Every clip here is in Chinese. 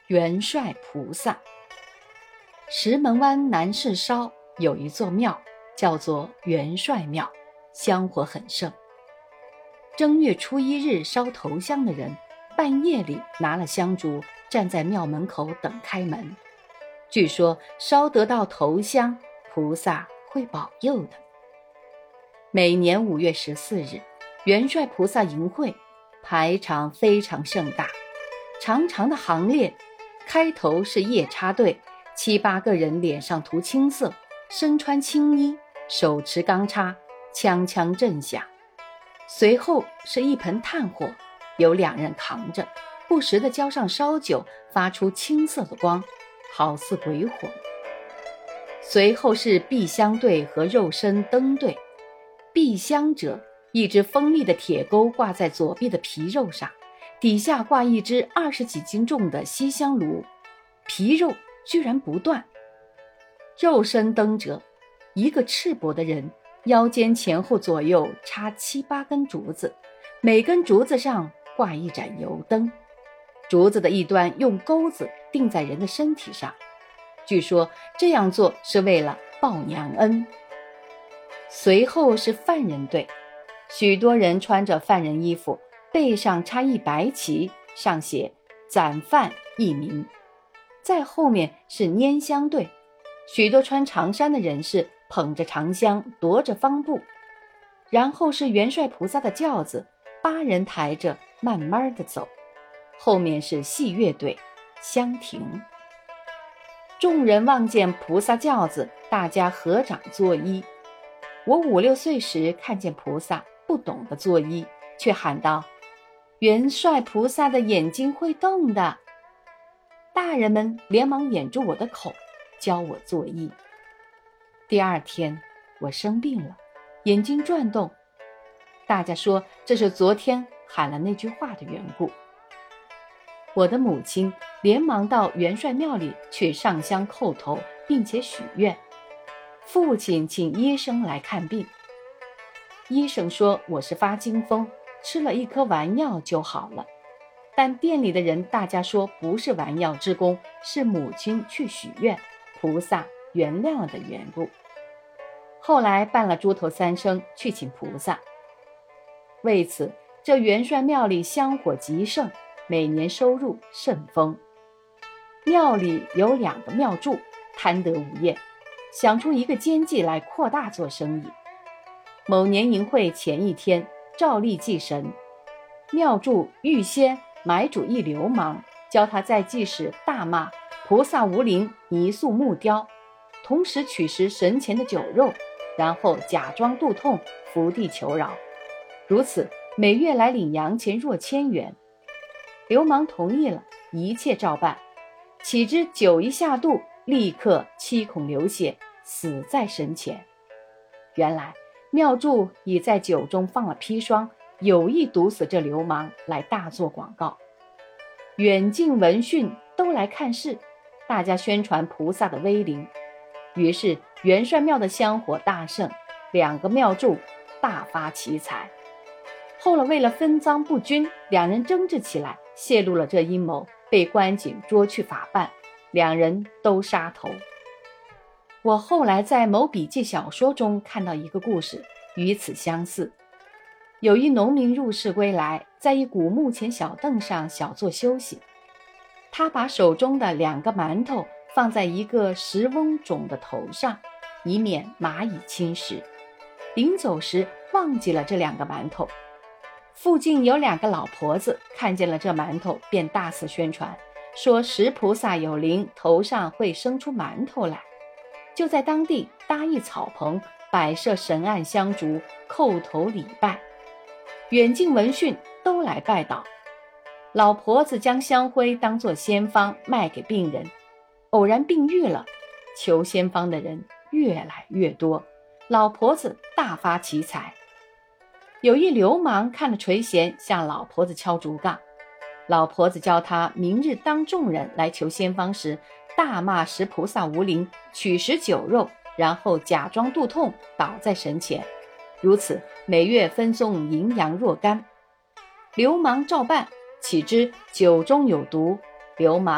元帅菩萨。石门湾南市烧有一座庙，叫做元帅庙，香火很盛。正月初一日烧头香的人，半夜里拿了香烛，站在庙门口等开门。据说烧得到头香，菩萨会保佑的。每年5月14日，元帅菩萨迎会，排场非常盛大，长长的行列，开头是夜叉队，7、8个人脸上涂青色，身穿青衣，手持钢叉，锵锵震响。随后是一盆炭火，有2人扛着，不时地浇上烧酒，发出青色的光，好似鬼火。随后是壁香队和肉身灯队。壁香者，一只锋利的铁钩挂在左臂的皮肉上，底下挂一只20几斤重的西香炉，皮肉居然不断。肉身灯者，一个赤膊的人，腰间前后左右插7、8根竹子，每根竹子上挂一盏油灯，竹子的一端用钩子钉在人的身体上，据说这样做是为了报娘恩。随后是犯人队，许多人穿着犯人衣服，背上插一白旗，上写斩犯一名。再后面是拈香队，许多穿长衫的人士捧着长香，踱着方步。然后是元帅菩萨的轿子，8人抬着慢慢地走。后面是戏乐队，香亭。众人望见菩萨轿子，大家合掌作揖。我5、6岁时看见菩萨，不懂得作揖，却喊道：元帅菩萨的眼睛会动的。大人们连忙掩住我的口，教我作揖。第2天我生病了，眼睛转动，大家说这是昨天喊了那句话的缘故。我的母亲连忙到元帅庙里去上香叩头，并且许愿。父亲请医生来看病，医生说我是发惊风，吃了一颗丸药就好了。但店里的人大家说不是丸药之功，是母亲去许愿，菩萨原谅了的缘故。后来办了猪头3升去请菩萨。为此，这元帅庙里香火极盛，每年收入甚丰。庙里有2个庙祝，贪得无厌，想出一个奸计来扩大做生意。某年迎会前一天，照例祭神，庙祝预先买主一流氓，教他在祭时大骂菩萨无灵，泥塑木雕，同时取食神前的酒肉，然后假装肚痛，伏地求饶。如此每月来领洋钱若1000元。流氓同意了，一切照办。岂知酒一下肚，立刻7孔流血，死在神前。原来庙祝已在酒中放了砒霜，有意毒死这流氓来大做广告。远近闻讯都来看事，大家宣传菩萨的威灵。于是元帅庙的香火大盛，2个庙祝大发奇财。后来为了分赃不均，2人争执起来，泄露了这阴谋，被官警捉去法办，2人都杀头。我后来在某笔记小说中看到一个故事，与此相似。有一农民入市归来，在一古墓前小凳上小坐休息，他把手中的2个馒头放在一个石翁种的头上，以免蚂蚁侵蚀。临走时忘记了这2个馒头。附近有2个老婆子看见了这馒头，便大肆宣传，说石菩萨有灵，头上会生出馒头来。就在当地搭一草棚，摆设神案香烛，叩头礼拜。远近闻讯都来拜倒。老婆子将香灰当作仙方卖给病人，偶然病愈了，求仙方的人越来越多，老婆子大发奇财。有一流氓看了垂涎，向老婆子敲竹杠。老婆子教他明日当众人来求仙方时，大骂石菩萨无灵，取食酒肉，然后假装肚痛倒在神前。如此每月分送银洋若干。流氓照办，岂知酒中有毒，流氓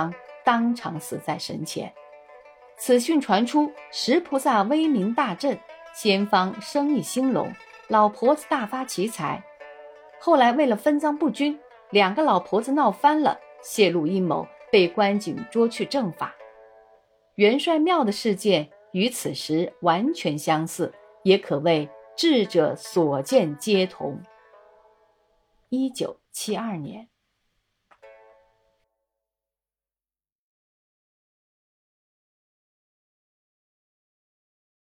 当场死在神前。此讯传出，石菩萨威名大振，仙方生意兴隆，老婆子大发奇财。后来为了分赃不均，2个老婆子闹翻了，泄露阴谋，被关景捉去正法。元帅庙的事件与此时完全相似，也可谓智者所见皆同。1972年